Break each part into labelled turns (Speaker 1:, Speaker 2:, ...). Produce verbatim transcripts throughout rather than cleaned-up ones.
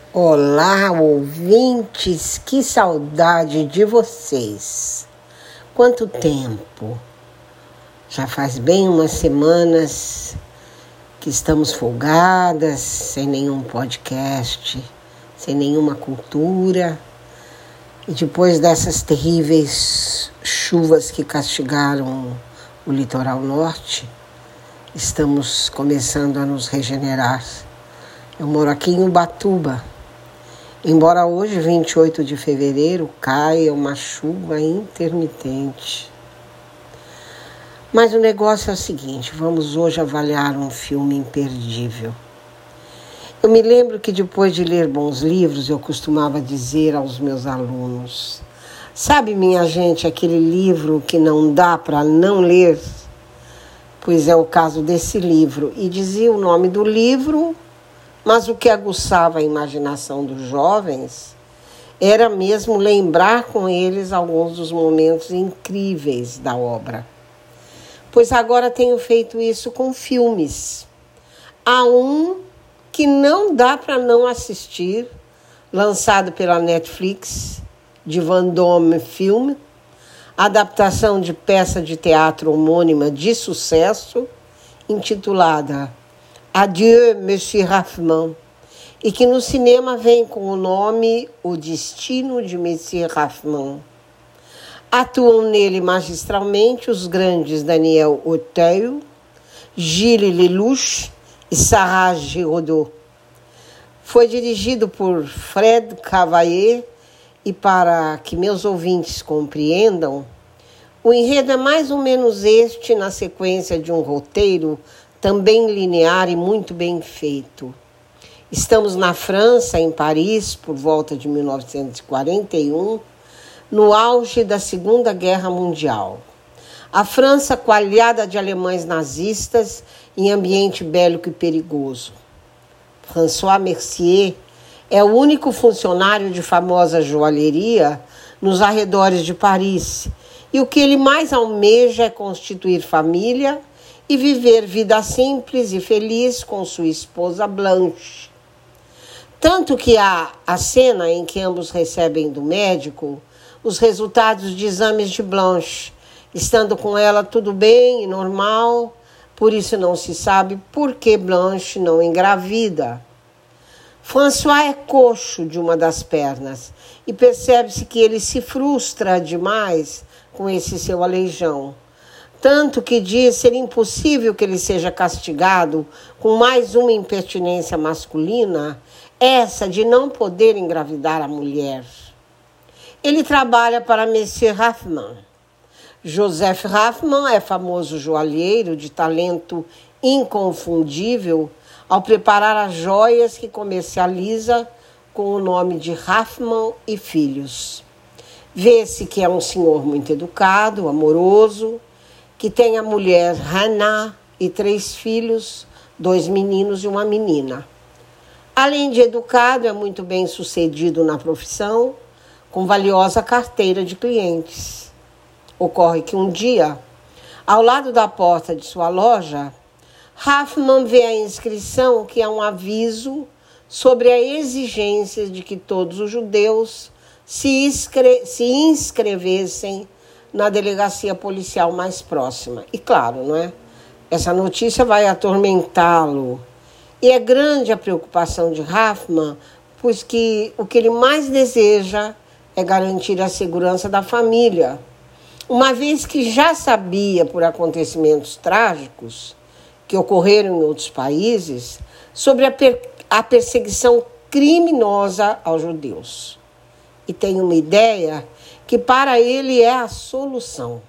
Speaker 1: Olá, ouvintes, que saudade de vocês. Quanto tempo? Já faz bem umas semanas que estamos folgadas, sem nenhum podcast, sem nenhuma cultura. E depois dessas terríveis chuvas que castigaram o litoral norte, estamos começando a nos regenerar. Eu moro aqui em Ubatuba. Embora hoje, vinte e oito de fevereiro, caia uma chuva intermitente. Mas o negócio é o seguinte, vamos hoje avaliar um filme imperdível. Eu me lembro que depois de ler bons livros, eu costumava dizer aos meus alunos: sabe, minha gente, aquele livro que não dá para não ler? Pois é o caso desse livro. E dizia o nome do livro, mas o que aguçava a imaginação dos jovens era mesmo lembrar com eles alguns dos momentos incríveis da obra. Pois agora tenho feito isso com filmes. Há um que não dá para não assistir, lançado pela Netflix, de Van Damme Film, adaptação de peça de teatro homônima de sucesso, intitulada Adieu, Monsieur Hoffman, e que no cinema vem com o nome O Destino de Monsieur Hoffman. Atuam nele magistralmente os grandes Daniel Auteuil, Gilles Lelouch e Sarah Giraudot. Foi dirigido por Fred Cavalier e, para que meus ouvintes compreendam, o enredo é mais ou menos este na sequência de um roteiro também linear e muito bem feito. Estamos na França, em Paris, por volta de mil novecentos e quarenta e um, no auge da Segunda Guerra Mundial. A França coalhada de alemães nazistas em ambiente bélico e perigoso. François Mercier é o único funcionário de famosa joalheria nos arredores de Paris, e o que ele mais almeja é constituir família e viver vida simples e feliz com sua esposa Blanche. Tanto que há a cena em que ambos recebem do médico os resultados de exames de Blanche, estando com ela tudo bem e normal, por isso não se sabe por que Blanche não engravida. François é coxo de uma das pernas e percebe-se que ele se frustra demais com esse seu aleijão. Tanto que diz ser impossível que ele seja castigado com mais uma impertinência masculina, essa de não poder engravidar a mulher. Ele trabalha para Monsieur Hoffman. Joseph Hoffman é famoso joalheiro de talento inconfundível ao preparar as joias que comercializa com o nome de Hoffman e Filhos. Vê-se que é um senhor muito educado, amoroso, que tem a mulher Hannah e três filhos, dois meninos e uma menina. Além de educado, é muito bem sucedido na profissão, com valiosa carteira de clientes. Ocorre que um dia, ao lado da porta de sua loja, Hoffman vê a inscrição que é um aviso sobre a exigência de que todos os judeus se, inscre- se inscrevessem na delegacia policial mais próxima. E claro, não é? Essa notícia vai atormentá-lo. E é grande a preocupação de Hoffman, pois que o que ele mais deseja é garantir a segurança da família, uma vez que já sabia por acontecimentos trágicos que ocorreram em outros países sobre a, per- a perseguição criminosa aos judeus. E tem uma ideia que para ele é a solução.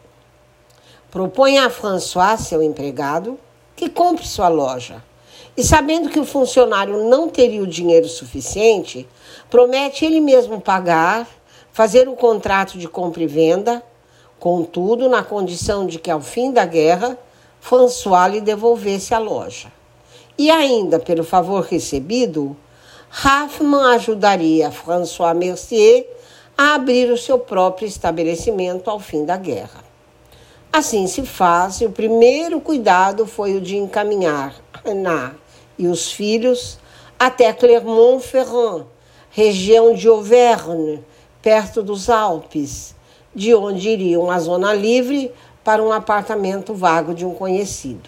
Speaker 1: Propõe a François, seu empregado, que compre sua loja. E sabendo que o funcionário não teria o dinheiro suficiente, promete ele mesmo pagar, fazer o contrato de compra e venda, contudo, na condição de que ao fim da guerra, François lhe devolvesse a loja. E ainda, pelo favor recebido, Hoffman ajudaria François Mercier a abrir o seu próprio estabelecimento ao fim da guerra. Assim se faz, e o primeiro cuidado foi o de encaminhar Hannah e os filhos até Clermont-Ferrand, região de Auvergne, perto dos Alpes, de onde iriam à zona livre para um apartamento vago de um conhecido.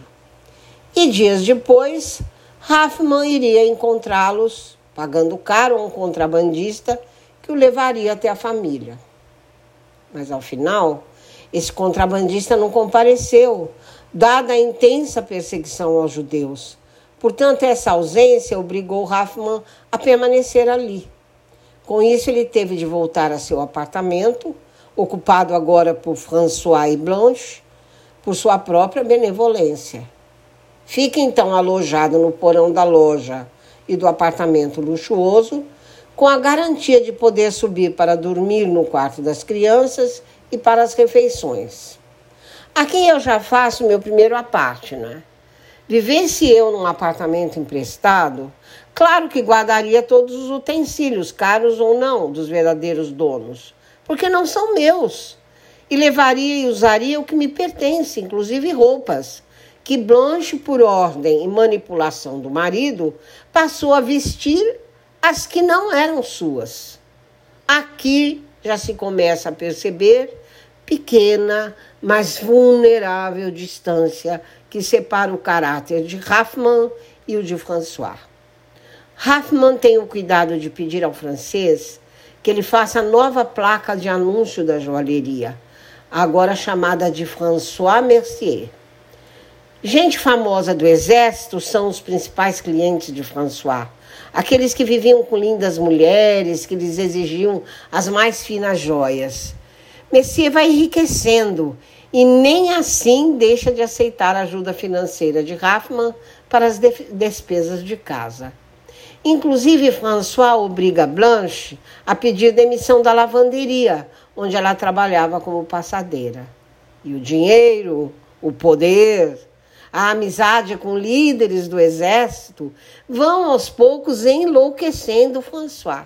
Speaker 1: E dias depois, Hoffmann iria encontrá-los, pagando caro a um contrabandista que o levaria até a família. Mas, ao final, esse contrabandista não compareceu, dada a intensa perseguição aos judeus. Portanto, essa ausência obrigou Hoffmann a permanecer ali. Com isso, ele teve de voltar a seu apartamento, ocupado agora por François e Blanche, por sua própria benevolência. Fica então alojado no porão da loja e do apartamento luxuoso, com a garantia de poder subir para dormir no quarto das crianças e para as refeições. Aqui eu já faço meu primeiro à parte, né? Vivesse eu num apartamento emprestado, claro que guardaria todos os utensílios, caros ou não, dos verdadeiros donos, porque não são meus, e levaria e usaria o que me pertence, inclusive roupas, que Blanche, por ordem e manipulação do marido, passou a vestir as que não eram suas. Aqui já se começa a perceber pequena, mas vulnerável distância que separa o caráter de Hoffmann e o de François. Hoffmann tem o cuidado de pedir ao francês que ele faça a nova placa de anúncio da joalheria, agora chamada de François Mercier. Gente famosa do exército são os principais clientes de François, aqueles que viviam com lindas mulheres, que lhes exigiam as mais finas joias. Mercier vai enriquecendo e nem assim deixa de aceitar a ajuda financeira de Hoffmann para as despesas de casa. Inclusive, François obriga Blanche a pedir demissão da lavanderia, onde ela trabalhava como passadeira. E o dinheiro, o poder, a amizade com líderes do exército vão aos poucos enlouquecendo François.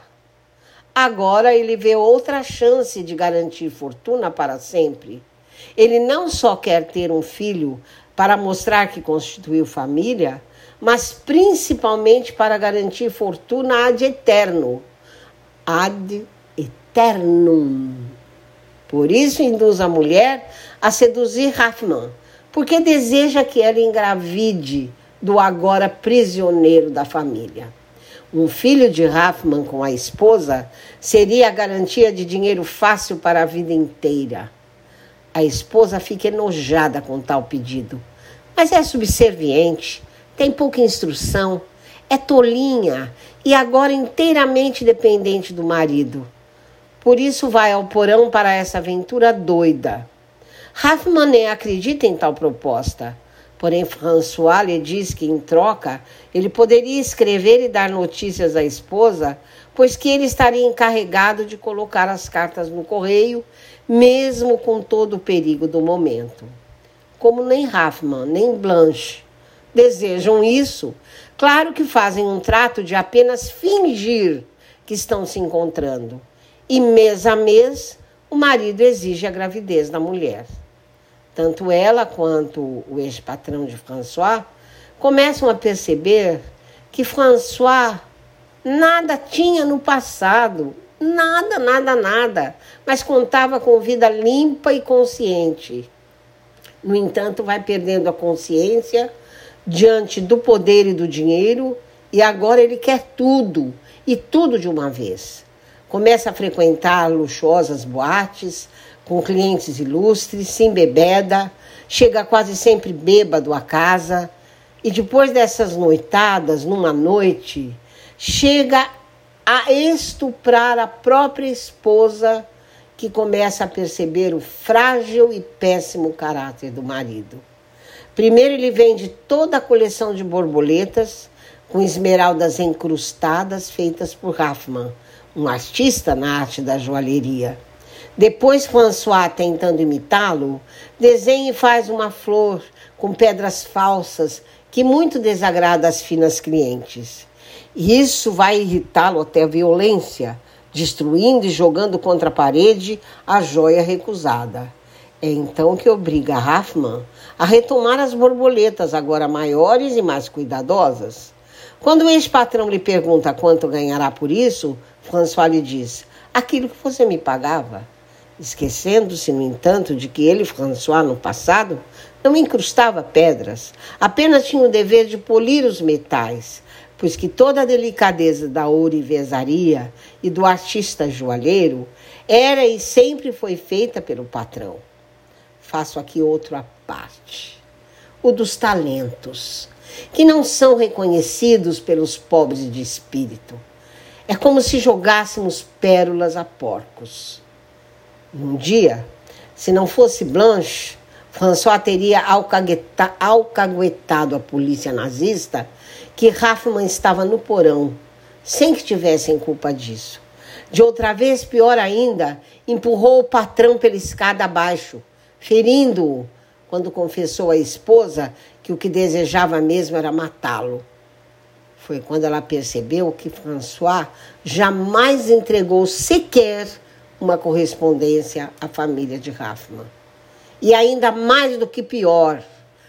Speaker 1: Agora ele vê outra chance de garantir fortuna para sempre. Ele não só quer ter um filho para mostrar que constituiu família, mas principalmente para garantir fortuna ad eterno. Ad eternum. Por isso induz a mulher a seduzir Hoffmann, porque deseja que ela engravide do agora prisioneiro da família. Um filho de Hoffmann com a esposa seria a garantia de dinheiro fácil para a vida inteira. A esposa fica enojada com tal pedido, mas é subserviente, tem pouca instrução, é tolinha e agora inteiramente dependente do marido. Por isso vai ao porão para essa aventura doida. Hoffmann nem acredita em tal proposta. Porém, François lhe diz que, em troca, ele poderia escrever e dar notícias à esposa, pois que ele estaria encarregado de colocar as cartas no correio, mesmo com todo o perigo do momento. Como nem Hoffmann, nem Blanche desejam isso, claro que fazem um trato de apenas fingir que estão se encontrando. E, mês a mês, o marido exige a gravidez da mulher. Tanto ela quanto o ex-patrão de François começam a perceber que François nada tinha no passado, nada, nada, nada, mas contava com vida limpa e consciente. No entanto, vai perdendo a consciência diante do poder e do dinheiro e agora ele quer tudo, e tudo de uma vez. Começa a frequentar luxuosas boates, com clientes ilustres, se embebeda, chega quase sempre bêbado à casa e depois dessas noitadas, numa noite, chega a estuprar a própria esposa, que começa a perceber o frágil e péssimo caráter do marido. Primeiro ele vende toda a coleção de borboletas com esmeraldas encrustadas feitas por Hoffmann, um artista na arte da joalheria. Depois, François, tentando imitá-lo, desenha e faz uma flor com pedras falsas que muito desagrada as finas clientes. E isso vai irritá-lo até a violência, destruindo e jogando contra a parede a joia recusada. É então que obriga Hoffmann a retomar as borboletas, agora maiores e mais cuidadosas. Quando o ex-patrão lhe pergunta quanto ganhará por isso, François lhe diz: aquilo que você me pagava, esquecendo-se, no entanto, de que ele, François, no passado, não incrustava pedras, apenas tinha o dever de polir os metais, pois que toda a delicadeza da ourivesaria e do artista joalheiro era e sempre foi feita pelo patrão. Faço aqui outro à parte, o dos talentos, que não são reconhecidos pelos pobres de espírito. É como se jogássemos pérolas a porcos. Um dia, se não fosse Blanche, François teria alcaguetado a polícia nazista que Hoffmann estava no porão, sem que tivessem culpa disso. De outra vez, pior ainda, empurrou o patrão pela escada abaixo, ferindo-o quando confessou à esposa que o que desejava mesmo era matá-lo. Foi quando ela percebeu que François jamais entregou sequer uma correspondência à família de Hoffmann. E ainda mais do que pior,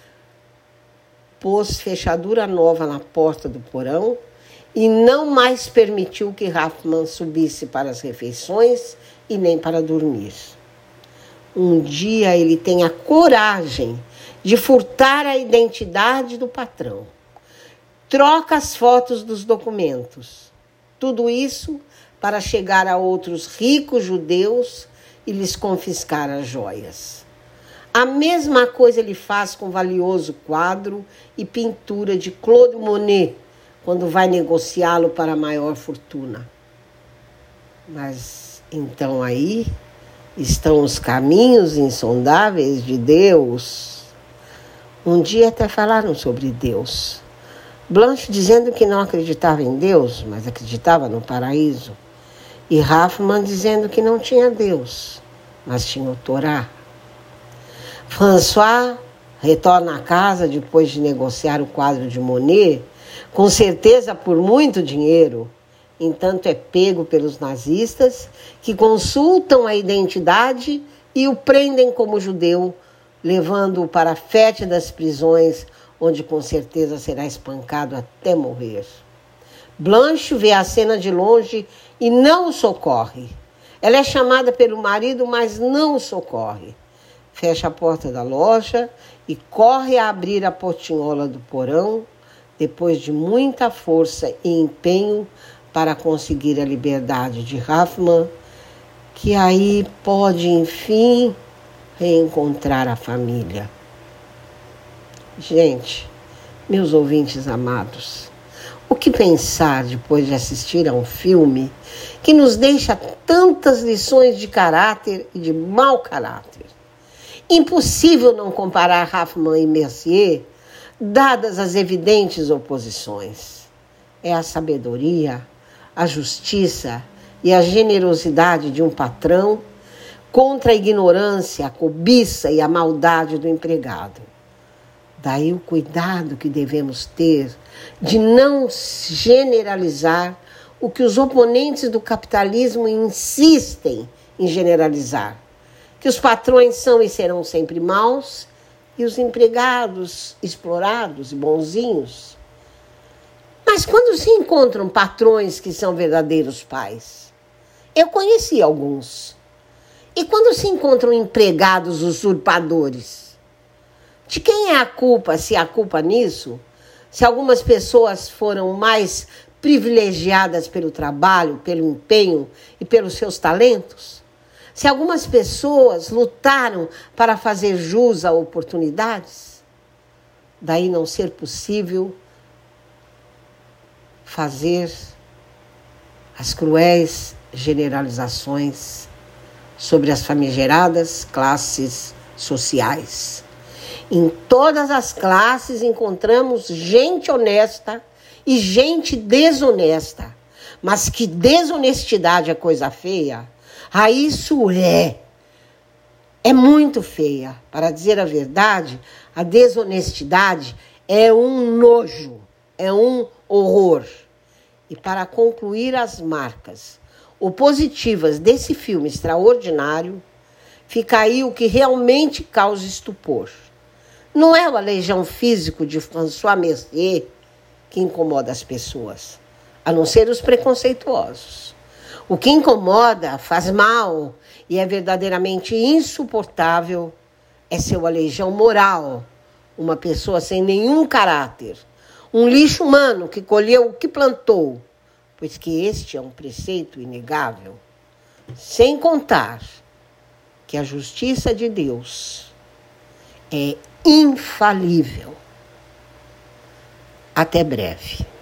Speaker 1: pôs fechadura nova na porta do porão e não mais permitiu que Hoffmann subisse para as refeições e nem para dormir. Um dia ele tem a coragem de furtar a identidade do patrão. Troca as fotos dos documentos. Tudo isso para chegar a outros ricos judeus e lhes confiscar as joias. A mesma coisa ele faz com o valioso quadro e pintura de Claude Monet, quando vai negociá-lo para maior fortuna. Mas então aí estão os caminhos insondáveis de Deus. Um dia até falaram sobre Deus. Blanche dizendo que não acreditava em Deus, mas acreditava no paraíso. E Hoffmann dizendo que não tinha Deus, mas tinha o Torá. François retorna à casa depois de negociar o quadro de Monet, com certeza por muito dinheiro. Entanto, é pego pelos nazistas, que consultam a identidade e o prendem como judeu, levando-o para a fétidas prisões, onde com certeza será espancado até morrer. Blanche vê a cena de longe e não o socorre. Ela é chamada pelo marido, mas não o socorre. Fecha a porta da loja e corre a abrir a portinhola do porão, depois de muita força e empenho para conseguir a liberdade de Hoffmann, que aí pode, enfim, reencontrar a família. Gente, meus ouvintes amados, o que pensar depois de assistir a um filme que nos deixa tantas lições de caráter e de mau caráter? Impossível não comparar Hoffmann e Mercier, dadas as evidentes oposições. É a sabedoria, a justiça e a generosidade de um patrão contra a ignorância, a cobiça e a maldade do empregado. Daí o cuidado que devemos ter de não generalizar o que os oponentes do capitalismo insistem em generalizar. Que os patrões são e serão sempre maus e os empregados explorados e bonzinhos. Mas quando se encontram patrões que são verdadeiros pais? Eu conheci alguns. E quando se encontram empregados usurpadores? De quem é a culpa, se há culpa nisso? Se algumas pessoas foram mais privilegiadas pelo trabalho, pelo empenho e pelos seus talentos? Se algumas pessoas lutaram para fazer jus a oportunidades? Daí não ser possível fazer as cruéis generalizações sobre as famigeradas classes sociais. Em todas as classes encontramos gente honesta e gente desonesta. Mas que desonestidade é coisa feia? Ah, isso é. É muito feia. Para dizer a verdade, a desonestidade é um nojo, é um horror. E para concluir as marcas opositivas desse filme extraordinário, fica aí o que realmente causa estupor. Não é o aleijão físico de François Mercier que incomoda as pessoas, a não ser os preconceituosos. O que incomoda, faz mal e é verdadeiramente insuportável é seu aleijão moral, uma pessoa sem nenhum caráter, um lixo humano que colheu o que plantou, pois que este é um preceito inegável, sem contar que a justiça de Deus é infalível. Até breve.